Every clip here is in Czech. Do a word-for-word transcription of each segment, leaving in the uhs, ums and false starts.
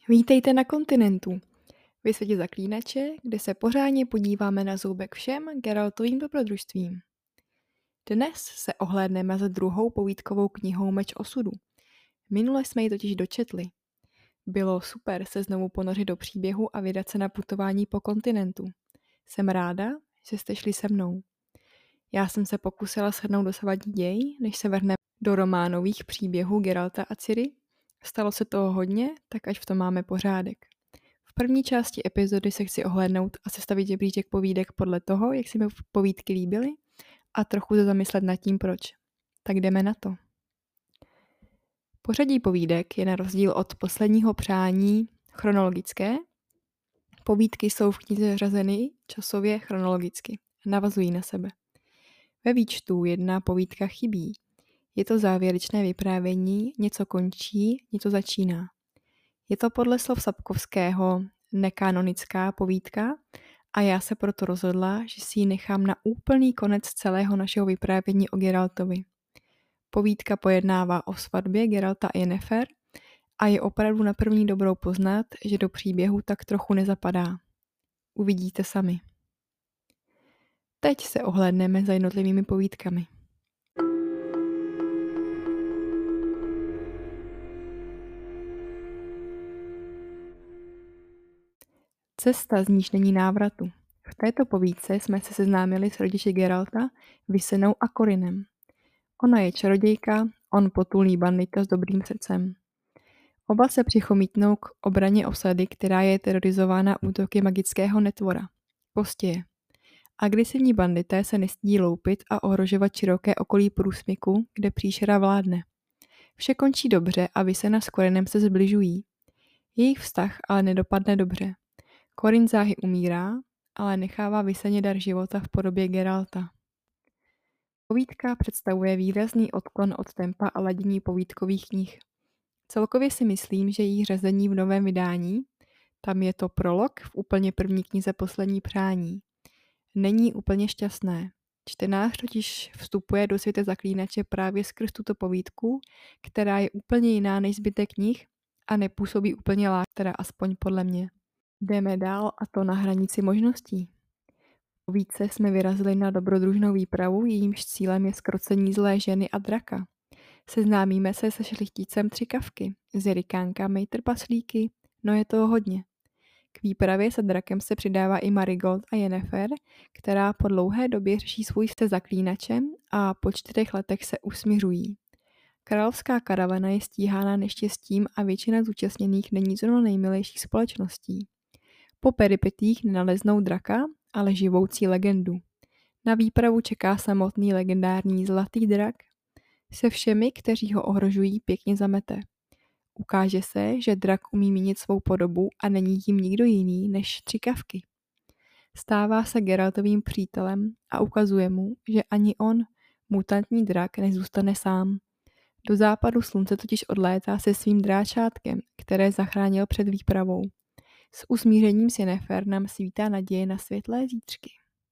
Vítejte na kontinentu, ve světě zaklínače, kde se pořádně podíváme na zoubek všem Geraltovým dobrodružstvím. Dnes se ohlédneme za druhou povídkovou knihou Meč osudu. Minule jsme ji totiž dočetli. Bylo super se znovu ponořit do příběhu a vydat se na putování po kontinentu. Jsem ráda, že jste šli se mnou. Já jsem se pokusila shrnout dosavadní děj, než se vrhneme do románových příběhů Geralta a Ciri. Stalo se toho hodně, tak ať v tom máme pořádek. V první části epizody se chci ohlédnout a sestavit žebříček povídek podle toho, jak se mi povídky líbily a trochu se zamyslet nad tím, proč. Tak jdeme na to. Pořadí povídek je na rozdíl od posledního přání chronologické. Povídky jsou v knize řazeny časově chronologicky. Navazují na sebe. Ve výčtu jedna povídka chybí. Je to závěrečné vyprávění, něco končí, něco začíná. Je to podle slov Sapkovského nekanonická povídka a já se proto rozhodla, že si ji nechám na úplný konec celého našeho vyprávění o Geraltovi. Povídka pojednává o svatbě Geralta a Yennefer a je opravdu na první dobrou poznat, že do příběhu tak trochu nezapadá. Uvidíte sami. Teď se ohlédneme za jednotlivými povídkami. Cesta, z níž není návratu. V této povídce jsme se seznámili s rodiči Geralta, Visenou a Corinem. Ona je čarodějka, on potulný bandita s dobrým srdcem. Oba se přichomítnou k obraně osady, která je terorizována útoky magického netvora. Postěje. Agresivní bandité se nestydí loupit a ohrožovat široké okolí průsmyku, kde příšera vládne. Vše končí dobře a Visena s Corinem se zbližují. Jejich vztah ale nedopadne dobře. Corin záhy umírá, ale nechává Viseně dar života v podobě Geralta. Povídka představuje výrazný odklon od tempa a ladění povídkových knih. Celkově si myslím, že její řazení v novém vydání, tam je to prolog v úplně první knize Poslední přání, není úplně šťastné. Čtenář totiž vstupuje do světa zaklínače právě skrz tuto povídku, která je úplně jiná než zbytek knih a nepůsobí úplně lákavé, teda aspoň podle mě. Jdeme dál a to na hranici možností. V povídce jsme vyrazili na dobrodružnou výpravu, jejímž cílem je zkrocení zlé ženy a draka. Seznámíme se se šlechticem Třikavky, s jerikánkami, trpaslíky, no je toho hodně. K výpravě se drakem se přidává i Marigold a Yennefer, která po dlouhé době řeší svůj se zaklínačem a po čtyřech letech se usmiřují. Královská karavana je stíhána neštěstím a většina zúčastněných není zrovna nejmilejší společností. Po peripetích nenaleznou draka, ale živoucí legendu. Na výpravu čeká samotný legendární zlatý drak. Se všemi, kteří ho ohrožují, pěkně zamete. Ukáže se, že drak umí měnit svou podobu a není jim nikdo jiný než Třikavky. Stává se Geraltovým přítelem a ukazuje mu, že ani on, mutantní drak, nezůstane sám. Do západu slunce totiž odlétá se svým dráčátkem, které zachránil před výpravou. S usmířením s Yennefer nám svítá naděje na světlé zítřky,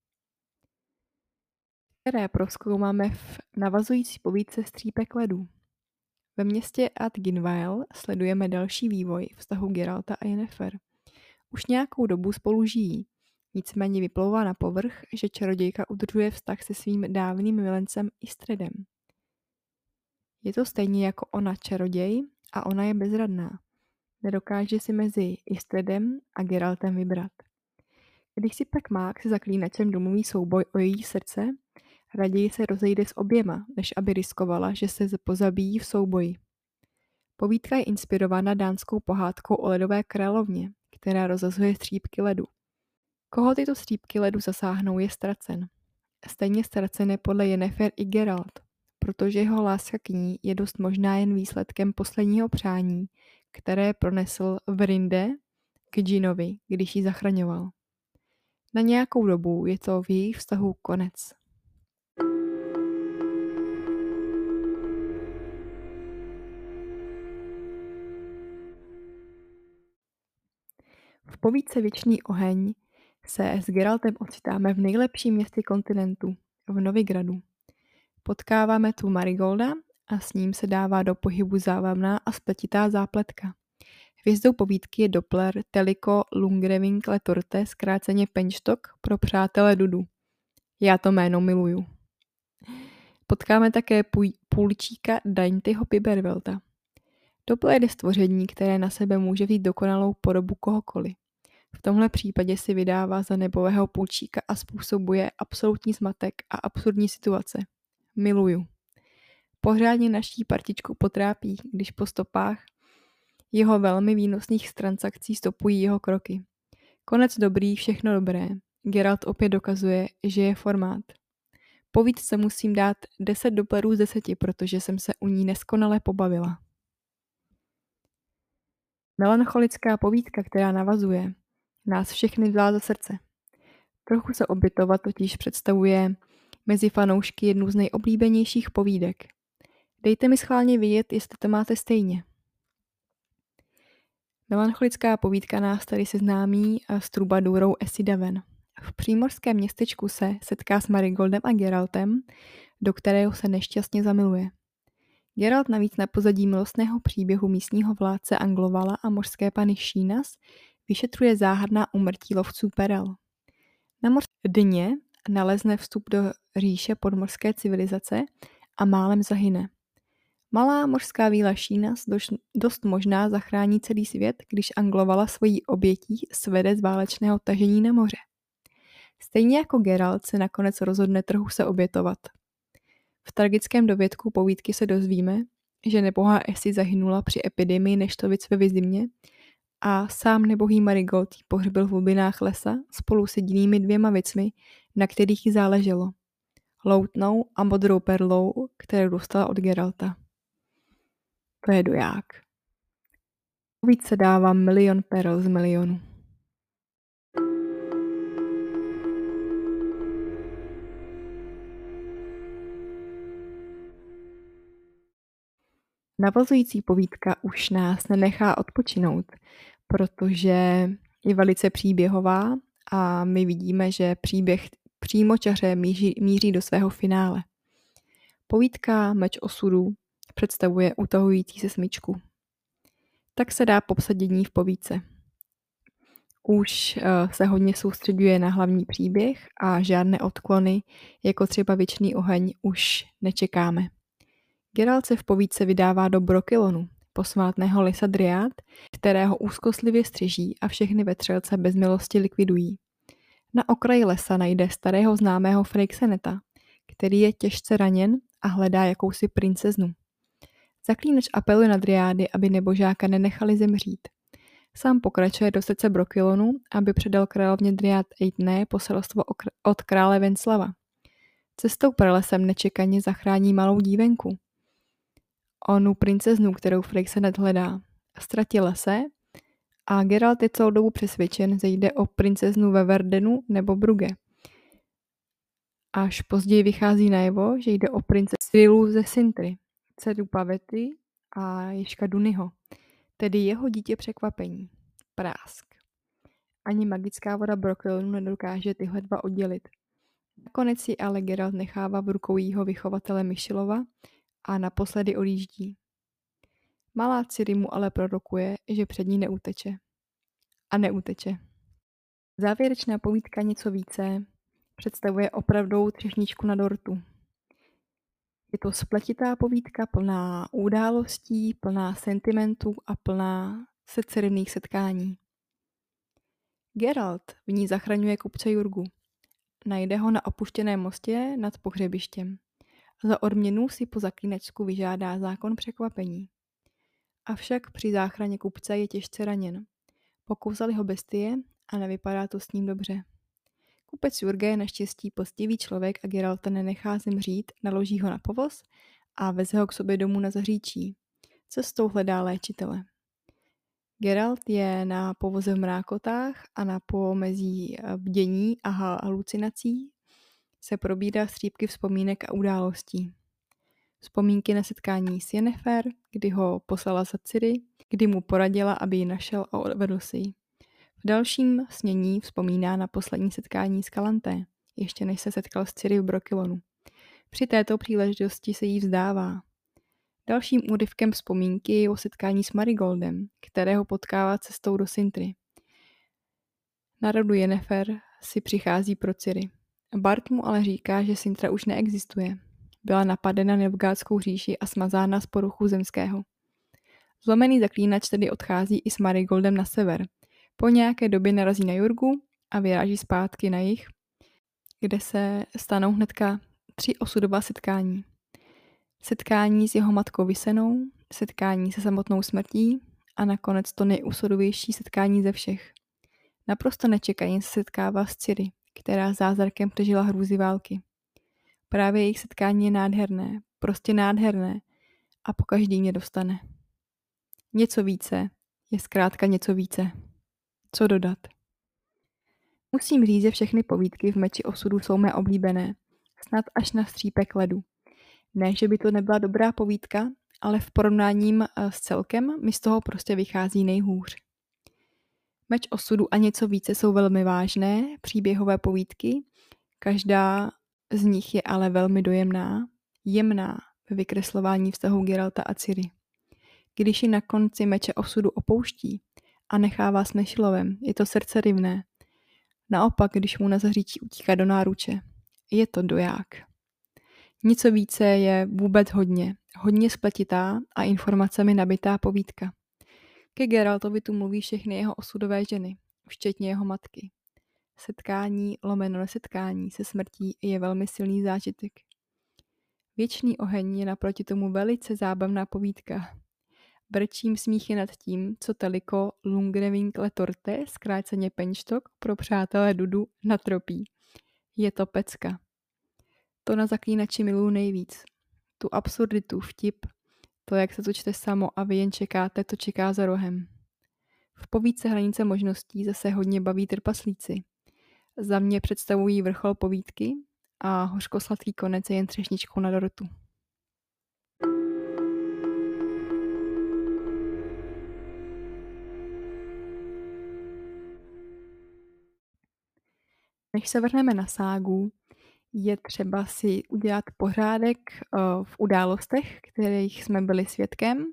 které prozkoumáme v navazující povídce Střípek ledu. Ve městě Ath-Gynvael sledujeme další vývoj vztahu Geralta a Yennefer. Už nějakou dobu spolu žijí, nicméně vyplouvá na povrch, že čarodějka udržuje vztah se svým dávným milencem Istredem. Je to stejně jako ona čaroděj a ona je bezradná. Nedokáže si mezi Istredem a Geraltem vybrat. Když si pak mák se zaklínačem domluví souboj o její srdce, raději se rozejde s oběma, než aby riskovala, že se pozabíjí v souboji. Povídka je inspirována dánskou pohádkou o ledové královně, která rozhazuje střípky ledu. Koho tyto střípky ledu zasáhnou, je ztracen. Stejně ztracen je podle Yennefer i Geralt, protože jeho láska k ní je dost možná jen výsledkem posledního přání, které pronesl v Rinde k Džinovi, když ji zachraňoval. Na nějakou dobu je to v jejich vztahu konec. V povídce Věčný oheň se s Geraltem ocitáme v nejlepším městě kontinentu, v Novigradu. Potkáváme tu Marigolda a s ním se dává do pohybu zábavná a spletitá zápletka. Hvězdou povídky je Doppler Teliko Lungreving Letorte, zkráceně Penčtok pro přátele Dudu. Já to jméno miluju. Potkáme také půlčíka Daintyho Pibervelta. Doppler je stvoření, které na sebe může vzít dokonalou podobu kohokoliv. V tomhle případě si vydává za nebového půlčíka a způsobuje absolutní zmatek a absurdní situace. Miluju. Pořádně naší partičku potrápí, když po stopách jeho velmi výnosných transakcí stopují jeho kroky. Konec dobrý, všechno dobré. Geralt opět dokazuje, že je formát. Povídce musím dát deset Dopplerů z deseti, protože jsem se u ní neskonale pobavila. Melancholická povídka, která navazuje, nás všechny vzala za srdce. Trochu se obětovat totiž představuje mezi fanoušky jednu z nejoblíbenějších povídek. Dejte mi schválně vědět, jestli to máte stejně. Melancholická povídka nás tady seznámí s trubadurou Esidaven. V přímořském městečku se setká s Marigoldem a Geraltem, do kterého se nešťastně zamiluje. Geralt navíc na pozadí milostného příběhu místního vládce Anglovala a mořské pany Šínas vyšetřuje záhadná úmrtí lovců perel. Na mořském dně nalezne vstup do říše podmořské civilizace a málem zahyne. Malá mořská víla Šínas dost možná zachrání celý svět, když Anglovala svojí obětí svede z válečného tažení na moře. Stejně jako Geralt se nakonec rozhodne trhu se obětovat. V tragickém dovědku povídky se dozvíme, že nebohá Esi zahynula při epidemii neštovic ve Vizimě a sám nebohý Marigold ji pohřbil v hlubinách lesa spolu s jedinými dvěma věcmi, na kterých jí záleželo. Loutnou a modrou perlou, kterou dostala od Geralta. To je doják. Povídce dává milion perel z milionu. Navazující povídka už nás nenechá odpočinout, protože je velice příběhová a my vidíme, že příběh přímočaře míří, míří do svého finále. Povídka Meč osudu představuje utahující se smyčku. Tak se dá popsat dění v povídce. Už uh, se hodně soustředuje na hlavní příběh a žádné odklony, jako třeba Věčný oheň, už nečekáme. Geralt se v povídce vydává do Brokilonu, posvátného lesa Dryad, kterého úzkostlivě střeží a všechny vetřelce bez milosti likvidují. Na okraji lesa najde starého známého Freixeneta, který je těžce raněn a hledá jakousi princeznu. Zaklínač apeluje na Dryády, aby nebožáka nenechali zemřít. Sám pokračuje do srdce Brokilonu, aby předal královně Dryad Eithné poselstvo od krále Venslava. Cestou pralesem nečekaně zachrání malou dívenku. Onu princeznu, kterou Freixenet hledá. Ztratila se a Geralt je celou dobu přesvědčen, že jde o princeznu ve Verdenu nebo Brugge. Až později vychází najevo, že jde o princeznu Cyrilu ze Sintry, dceru Pavety a Ježka Dunyho, tedy jeho dítě překvapení. Prásk. Ani magická voda Brokilonu nedokáže tyhle dva oddělit. Nakonec si ale Geralt nechává v rukou jího vychovatele Myšilova a naposledy odjíždí. Malá Ciri mu ale prorokuje, že před ní neuteče. A neuteče. Závěrečná povídka Něco více představuje opravdovou třešničku na dortu. Je to spletitá povídka plná událostí, plná sentimentů a plná srdcerivných setkání. Geralt v ní zachraňuje kupce Jurgu. Najde ho na opuštěném mostě nad pohřebištěm. Za odměnu si po zaklínačsku vyžádá zákon překvapení. Avšak při záchraně kupce je těžce raněn. Pokousali ho bestie a nevypadá to s ním dobře. Kupec Jurge je naštěstí poctivý člověk a Geralta nenechá zemřít, naloží ho na povoz a veze ho k sobě domů na Zahříčí. Cestou hledá léčitele. Geralt je na povoze v mrákotách a na pomezí bdění a halucinací se probírá střípky vzpomínek a událostí. Vzpomínky na setkání s Yennefer, kdy ho poslala za Ciri, kdy mu poradila, aby ji našel a odvedl si ji. V dalším snění vzpomíná na poslední setkání s Kalanté, ještě než se setkal s Ciri v Brokilonu. Při této příležitosti se jí vzdává. Dalším úryvkem vzpomínky je o setkání s Marigoldem, kterého potkává cestou do Sintry. Na radu Yennefer si přichází pro Ciri. Bart mu ale říká, že Sintra už neexistuje. Byla napadena Nilfgaardskou říši a smazána z poruchu zemského. Zlomený zaklínač tedy odchází i s Marigoldem na sever. Po nějaké době narazí na Jurgu a vyráží zpátky na jih, kde se stanou hnedka tři osudová setkání. Setkání s jeho matkou Vysenou, setkání se samotnou smrtí a nakonec to nejusodovější setkání ze všech. Naprosto nečekaně se setkává s Ciri, která zázrakem přežila hrůzy války. Právě jejich setkání je nádherné, prostě nádherné a pokaždý mě dostane. Něco více je zkrátka něco více. Co dodat? Musím říct, že všechny povídky v Meči osudu jsou mé oblíbené, snad až na střípek ledu. Ne, že by to nebyla dobrá povídka, ale v porovnáním s celkem mi z toho prostě vychází nejhůř. Meč osudu a něco více jsou velmi vážné příběhové povídky, každá z nich je ale velmi dojemná, jemná ve vykreslování vztahu Geralta a Ciri. Když ji na konci Meče osudu opouští a nechává s Nešlovem, je to srdcerivné. Naopak, když mu na zaříčí utíká do náruče, je to doják. Něco více je vůbec hodně, hodně spletitá a informacemi nabitá povídka. Ke Geraltovi tu mluví všechny jeho osudové ženy, včetně jeho matky. Setkání lomeno nesetkání se smrtí je velmi silný zážitek. Věčný oheň je naproti tomu velice zábavná povídka. Brčím smíchy nad tím, co Teliko Lungrevinkle Torte, zkráceně Penštok, pro přátelé Dudu natropí. Je to pecka. To na zaklínači miluju nejvíc. Tu absurditu, vtip, to, jak se to čte samo a vy jen čekáte, to čeká za rohem. V povídce Hranice možností zase hodně baví trpaslíci. Za mě představují vrchol povídky a hořkosladký konec je jen třešničkou na dortu. Než se vrhneme na ságu, je třeba si udělat pořádek v událostech, kterých jsme byli svědkem,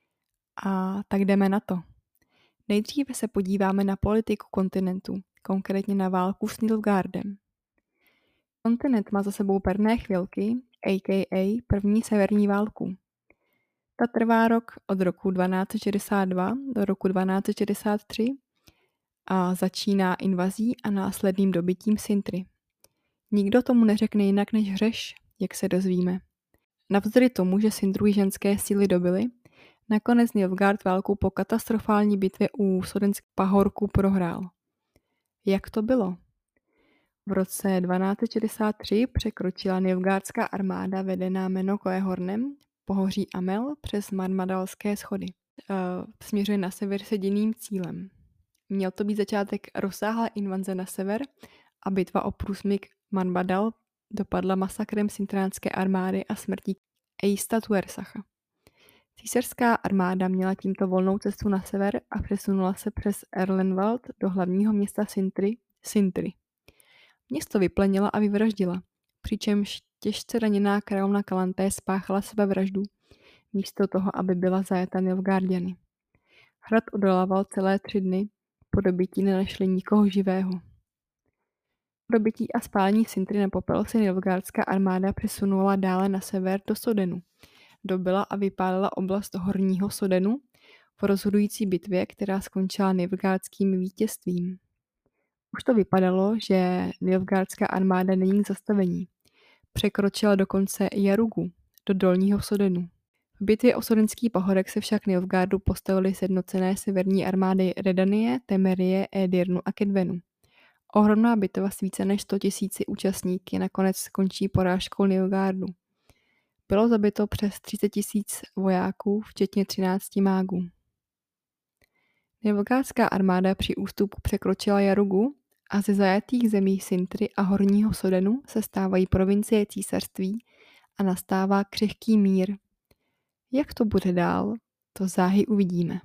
a tak jdeme na to. Nejdříve se podíváme na politiku kontinentu, konkrétně na válku s Nilfgaardem. Kontinent má za sebou perné chvilky, a k a první severní válku. Ta trvá rok od roku dvanáct set šedesát dva do roku dvanáct set šedesát tři a začíná invazí a následným dobytím Sintry. Nikdo tomu neřekne jinak než hřeš, jak se dozvíme. Navzdory tomu, že Sintru ženské síly dobyly, nakonec Nilfgaard válku po katastrofální bitvě u Sodenské pahorku prohrál. Jak to bylo? V roce dvanáct set šedesát tři překročila Nilfgaardská armáda vedená Menokehornem pohoří Amel přes Marmadalské schody. E, směřuje na sever s jediným cílem. Měl to být začátek rozsáhlé invaze na sever a bitva o průsmyk Marmadal dopadla masakrem sintránské armády a smrtí Eista Tuersacha. Císařská armáda měla tímto volnou cestu na sever a přesunula se přes Erlenwald do hlavního města Sintry, Sintry. Město vyplenila a vyvraždila, přičemž těžce raněná královna Kalanté spáchala sebevraždu, místo toho, aby byla zajata Nilfgaarděny. Hrad odolával celé tři dny, po dobytí nenašli nikoho živého. Po dobytí a spálení Sintry na popel se Nilfgaardská armáda přesunula dále na sever do Sodenu. Dobyla a vypálila oblast Horního Sodenu v rozhodující bitvě, která skončila nilfgaardským vítězstvím. Už to vypadalo, že Nilfgaardská armáda není k zastavení. Překročila dokonce Jarugu do Dolního Sodenu. V bitvě o Sodenský pahorek se však Nilfgaardu postavily sjednocené severní armády Redanie, Temerie, Edirnu a Kedvenu. Ohromná bitva s více než sto tisíci účastníky nakonec skončí porážkou Nilfgaardu. Bylo zabito přes třicet tisíc vojáků, včetně třinácti mágů. Nilfgaardská armáda při ústupu překročila Jarugu a ze zajatých zemí Sintry a Horního Sodenu se stávají provincie císařství a nastává křehký mír. Jak to bude dál, to záhy uvidíme.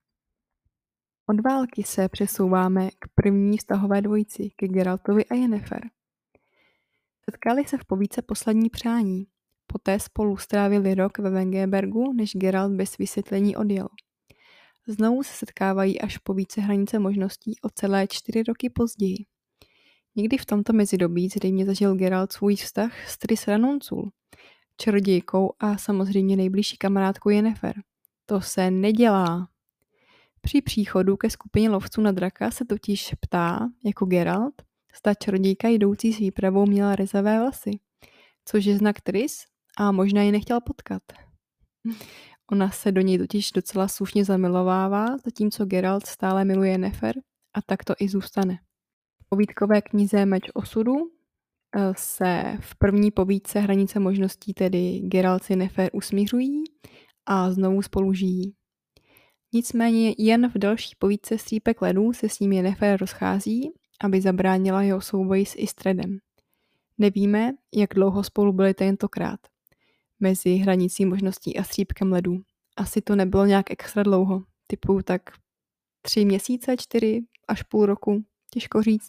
Od války se přesouváme k první vztahové dvojici, ke Geraltovi a Yennefer. Setkali se v povídce Poslední přání. Poté spolu strávili rok ve Wengerbergu, než Geralt bez vysvětlení odjel. Znovu se setkávají až po více hranice možností o celé čtyři roky později. Někdy v tomto mezidobí zřejmě zažil Geralt svůj vztah s Tris Ranuncul, čarodějkou a samozřejmě nejbližší kamarádkou Yennefer. To se nedělá. Při příchodu ke skupině lovců na draka se totiž ptá, jako Geralt, zda čarodějka jdoucí s výpravou měla rezavé vlasy, což je znak Tris a možná ji nechtěl potkat. Ona se do něj totiž docela slušně zamilovává, zatímco Geralt stále miluje Yennefer a tak to i zůstane. V povídkové knize Meč osudu se v první povídce Hranice možností tedy Geralt s Yennefer usmířují a znovu spolu žijí. Nicméně jen v další povídce Střípek ledů se s ním Yennefer rozchází, aby zabránila jeho souboji s Istredem. Nevíme, jak dlouho spolu byli tentokrát. Mezi Hranicí možností a Střípkem ledů. Asi to nebylo nějak extra dlouho. Typu tak tři měsíce, čtyři až půl roku. Těžko říct.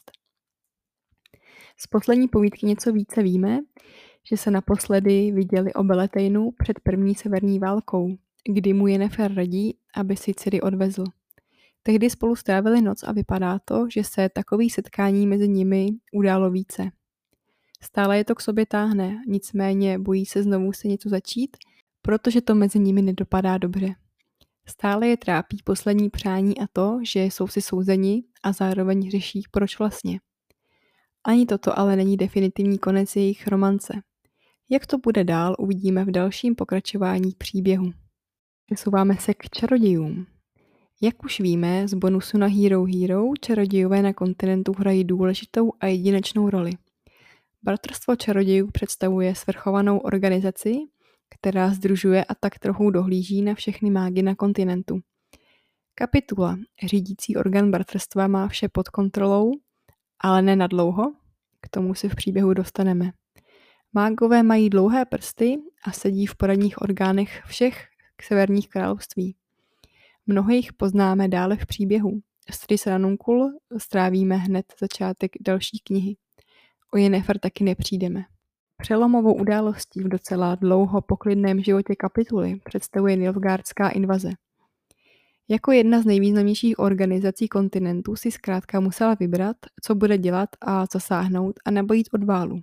Z poslední povídky něco více víme, že se naposledy viděli o Beletejnu před první severní válkou, kdy mu Yennefer radí, aby si Ciri odvezl. Tehdy spolu strávili noc a vypadá to, že se takový setkání mezi nimi událo více. Stále je to k sobě táhne, nicméně bojí se znovu se něco začít, protože to mezi nimi nedopadá dobře. Stále je trápí poslední přání a to, že jsou si souzeni a zároveň řeší, proč vlastně. Ani toto ale není definitivní konec jejich romance. Jak to bude dál, uvidíme v dalším pokračování příběhu. Přesouváme se k čarodějům. Jak už víme z bonusu na Hero Hero, čarodějové na kontinentu hrají důležitou a jedinečnou roli. Bratrstvo čarodějů představuje svrchovanou organizaci, která sdružuje a tak trochu dohlíží na všechny mágy na kontinentu. Kapitula, řídící orgán bratrstva, má vše pod kontrolou, ale ne na dlouho, k tomu se v příběhu dostaneme. Mágové mají dlouhé prsty a sedí v poradních orgánech všech severních království. Mnoho jich poznáme dále v příběhu. S Tris Ranuncul strávíme hned začátek další knihy. O Yennefer taky nepřijdeme. Přelomovou událostí v docela dlouho poklidném životě kapituly představuje Nilfgaardská invaze. Jako jedna z nejvýznamnějších organizací kontinentu si zkrátka musela vybrat, co bude dělat a zasáhnout a nebo jít od válu.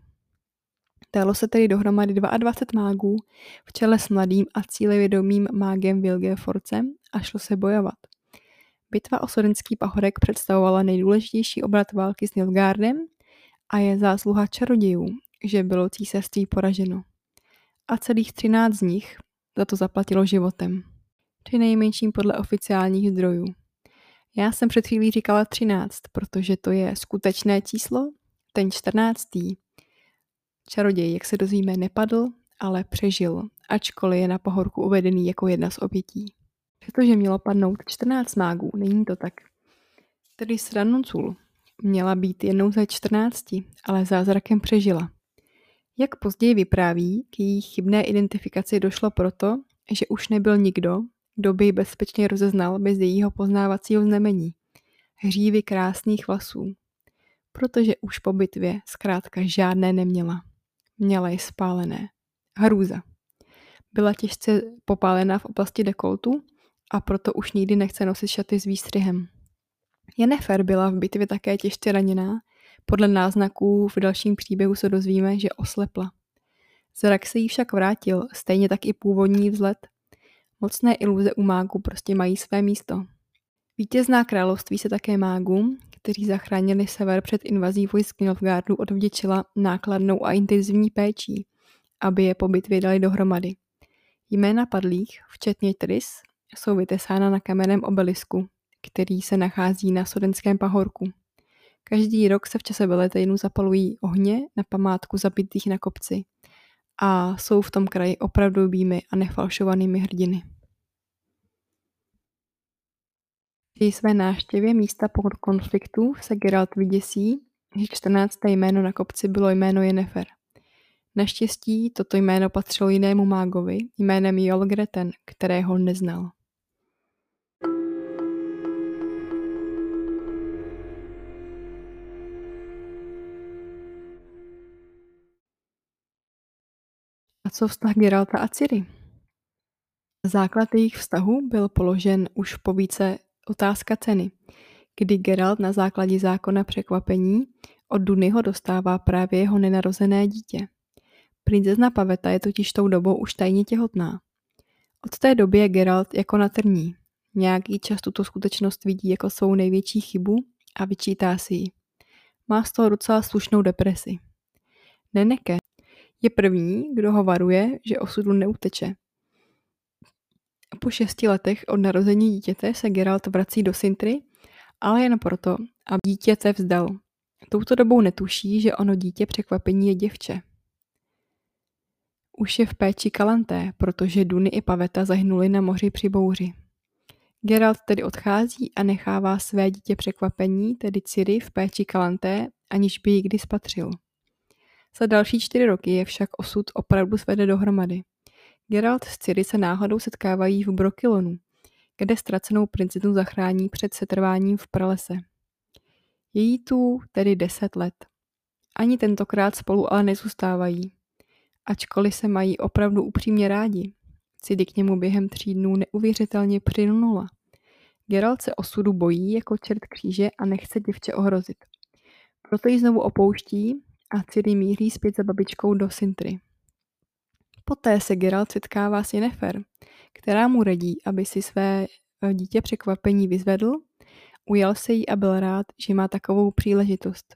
Dalo se tedy dohromady dvacet dva mágů v čele s mladým a cílevědomým mágem Vilgefortzem a šlo se bojovat. Bitva o Sodenský pahorek představovala nejdůležitější obrat války s Nilfgaardem a je zásluha čarodějů, že bylo císařství poraženo. A celých třináct z nich za to zaplatilo životem. Při nejmenším podle oficiálních zdrojů. Já jsem před chvílí říkala třináct, protože to je skutečné číslo, ten čtrnáctý. Čaroděj, jak se dozvíme, nepadl, ale přežil, ačkoliv je na pahorku uvedený jako jedna z obětí. Přestože mělo padnout čtrnáct mágů, není to tak. Tedy s Ranuncul měla být jednou ze čtrnácti, ale zázrakem přežila. Jak později vypráví, k její chybné identifikaci došlo proto, že už nebyl nikdo, kdo by ji bezpečně rozeznal bez jejího poznávacího znamení. Hřívy krásných vlasů. Protože už po bitvě zkrátka žádné neměla. Měla je spálené. Hrůza. Byla těžce popálená v oblasti dekoltu a proto už nikdy nechce nosit šaty s výstřihem. Yennefer byla v bitvě také těžce raněná, podle náznaků v dalším příběhu se dozvíme, že oslepla. Zrak se jí však vrátil, stejně tak i původní vzhled. Mocné iluze u mágů prostě mají své místo. Vítězná království se také mágům, kteří zachránili sever před invazí vojsk Nilfgaardu, odvděčila nákladnou a intenzivní péčí, aby je po bitvě dali dohromady. Jména padlých, včetně Tris, jsou vytesána na kamenném obelisku, který se nachází na Sodenském pahorku. Každý rok se v čase Beletejnu zapalují ohně na památku zabitých na kopci a jsou v tom kraji opravdovými a nefalšovanými hrdiny. Při své návštěvě místa po konfliktu se Geralt vyděsí, že čtrnácté jméno na kopci bylo jméno Yennefer. Naštěstí toto jméno patřilo jinému mágovi jménem Jolgreten, kterého neznal. co vztah Geralta a Ciri? Základ jejich vztahu byl položen už v povídce Otázka ceny, kdy Geralt na základě zákona překvapení od Dunyho dostává právě jeho nenarozené dítě. Princezna Paveta je totiž tou dobou už tajně těhotná. Od té doby je Geralt jako na trní. Nějaký čas tuto skutečnost vidí jako svou největší chybu a vyčítá si ji. Má z toho docela slušnou depresi. Neneke je první, kdo ho varuje, že osudu neuteče. Po šesti letech od narození dítěte se Geralt vrací do Sintry, ale jen proto, aby dítěte vzdal. Touto dobou netuší, že ono dítě překvapení je děvče. Už je v péči Kalanté, protože Duny i Paveta zahynuli na moři při bouři. Geralt tedy odchází a nechává své dítě překvapení, tedy Ciri, v péči Kalanté, aniž by ji kdy spatřil. Za další čtyři roky je však osud opravdu svede dohromady. Geralt s Ciri se náhodou setkávají v Brokilonu, kde ztracenou princeznu zachrání před setrváním v pralese. Je jí tu tedy deset let. Ani tentokrát spolu ale nezůstávají. Ačkoliv se mají opravdu upřímně rádi, Ciri k němu během tří dnů neuvěřitelně přilnula. Geralt se osudu bojí jako čert kříže a nechce děvče ohrozit. Proto ji znovu opouští a Ciri míří zpět za babičkou do Sintry. Poté se Geralt setkává s Yennefer, která mu radí, aby si své dítě překvapení vyzvedl, ujal se jí a byl rád, že má takovou příležitost.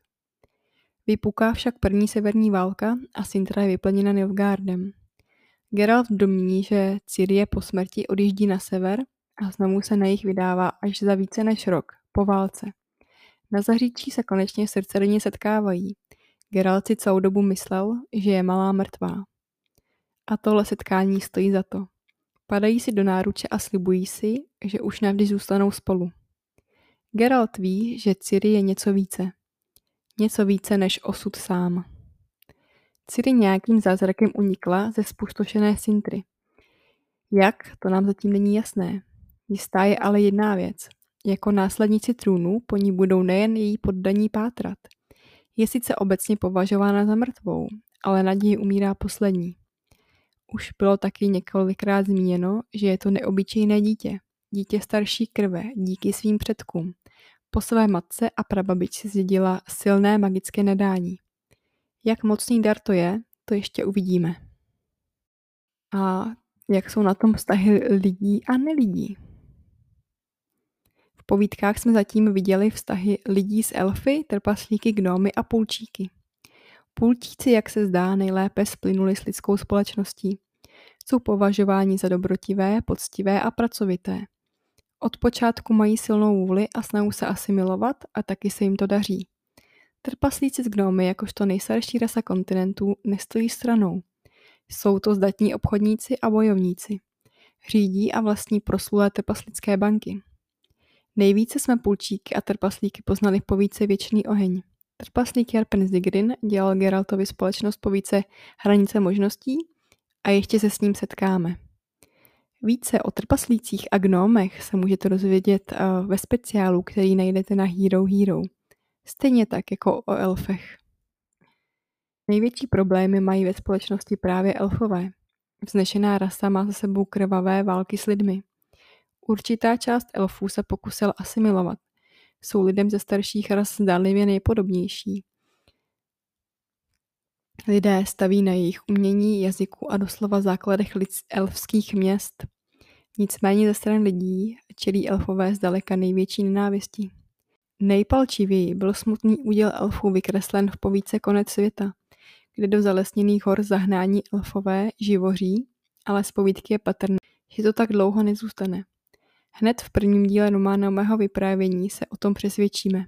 Vypuká však první severní válka a Sintra je vyplněna Nilfgaardem. Geralt domní, že Ciri po smrti odjíždí na sever a znovu se na jich vydává až za více než rok, po válce. Na Zahříčí se konečně srdcerně setkávají. Geralt si celou dobu myslel, že je malá mrtvá. A tohle setkání stojí za to. Padají si do náruče a slibují si, že už navždy zůstanou spolu. Geralt ví, že Ciri je něco více. Něco více než osud sám. Ciri nějakým zázrakem unikla ze spustošené Sintry. Jak, to nám zatím není jasné. Jistá je ale jedna věc. Jako následnici trůnu po ní budou nejen její poddaní pátrat. Je sice obecně považována za mrtvou, ale naděje umírá poslední. Už bylo taky několikrát zmíněno, že je to neobyčejné dítě. Dítě starší krve, díky svým předkům. Po své matce a prababičce zdědila silné magické nadání. Jak mocný dar to je, to ještě uvidíme. A jak jsou na tom vztahy lidí a nelidí? V povídkách jsme zatím viděli vztahy lidí s elfy, trpaslíky, gnómy a půlčíky. Půlčíci, jak se zdá, nejlépe splynuli s lidskou společností. Jsou považováni za dobrotivé, poctivé a pracovité. Od počátku mají silnou vůli a snahu se asimilovat a taky se jim to daří. Trpaslíci s gnómy, jakožto nejstarší rasa kontinentů, nestojí stranou. Jsou to zdatní obchodníci a bojovníci. Řídí a vlastní proslulé trpaslické banky. Nejvíce jsme půlčíky a trpaslíky poznali v povídce Věčný oheň. Trpaslík Jarpen Zigrin dělal Geraltovi společnost povídce Hranice možností a ještě se s ním setkáme. Více o trpaslících a gnómech se můžete dozvědět ve speciálu, který najdete na Hero Hero. Stejně tak jako o elfech. Největší problémy mají ve společnosti právě elfové. Vznešená rasa má za sebou krvavé války s lidmi. Určitá část elfů se pokusila asimilovat. Jsou lidem ze starších ras zdánlivě nejpodobnější. Lidé staví na jejich umění, jazyku a doslova základech lidz elfských měst. Nicméně ze stran lidí čelí elfové zdaleka největší nenávistí. Nejpalčivěji byl smutný úděl elfů vykreslen v povídce Konec světa, kde do zalesněných hor zahnání elfové živoří, ale z povídky je patrné, že to tak dlouho nezůstane. Hned v prvním díle románového vyprávění se o tom přesvědčíme.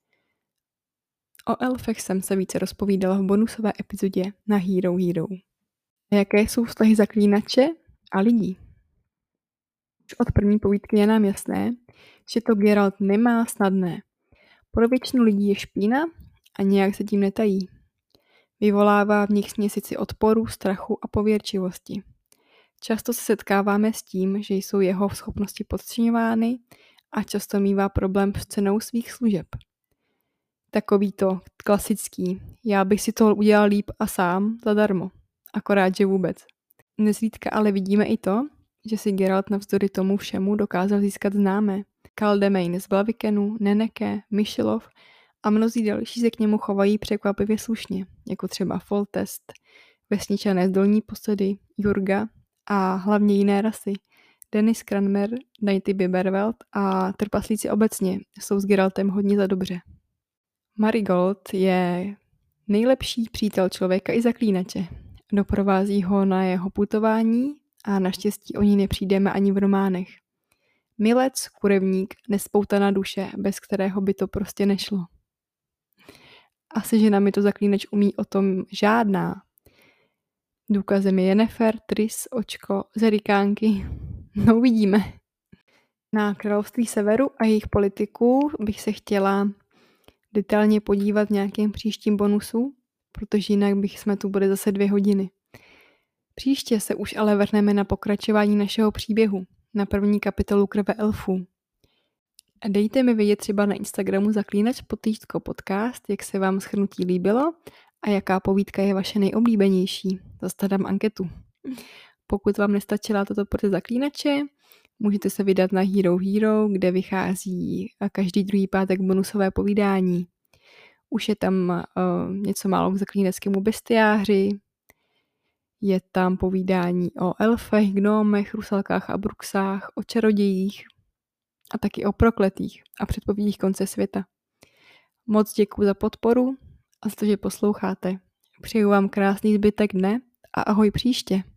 O elfech jsem se více rozpovídala v bonusové epizodě na Hero Hero. A jaké jsou vztahy zaklínače a lidí? Už od první povídky je nám jasné, že to Geralt nemá snadné. Pro většinu lidí je špína a nějak se tím netají. Vyvolává v nich směsici odporu, strachu a pověrčivosti. Často se setkáváme s tím, že jsou jeho schopnosti podceňovány a často mívá problém s cenou svých služeb. Takový to klasický, já bych si to udělal líp a sám zadarmo. akorát, že vůbec. Nezřídka ale vidíme i to, že si Geralt navzdory tomu všemu dokázal získat známé. Caldemain z Blavikenu, Neneke, Myšilov a mnozí další se k němu chovají překvapivě slušně, jako třeba Foltest, vesničané z Dolní posedy, Jurga a hlavně jiné rasy. Dennis Cranmer, Knighty Biberweld a trpaslíci obecně jsou s Geraltem hodně za dobře. Marigold je nejlepší přítel člověka i zaklínače. Doprovází ho na jeho putování a naštěstí o ní nepřijdeme ani v románech. Milec, kurevník, nespoutaná duše, bez kterého by to prostě nešlo. Asi, že nám je to zaklínač umí o tom žádná. Důkazem je Yennefer, Triss, Očko, Zerikánky. No uvidíme. Na království severu a jejich politiku bych se chtěla detailně podívat v nějakém příštím bonusu, protože jinak bych jsme tu byli zase dvě hodiny. Příště se už ale vrhneme na pokračování našeho příběhu, na první kapitolu Krve elfů. Dejte mi vědět třeba na Instagramu Zaklínač potýčko podcast, jak se vám shrnutí líbilo a jaká povídka je vaše nejoblíbenější. Zase dám anketu. Pokud vám nestačila toto pro Zaklínače, můžete se vydat na Hero Hero, kde vychází každý druhý pátek bonusové povídání. Už je tam uh, něco málo k zaklíneckému bestiáři, je tam povídání o elfech, gnomech, rusalkách a bruxách, o čarodějích a taky o prokletých a předpovědích konce světa. Moc děkuji za podporu a za to, že posloucháte. Přeju vám krásný zbytek dne a ahoj příště.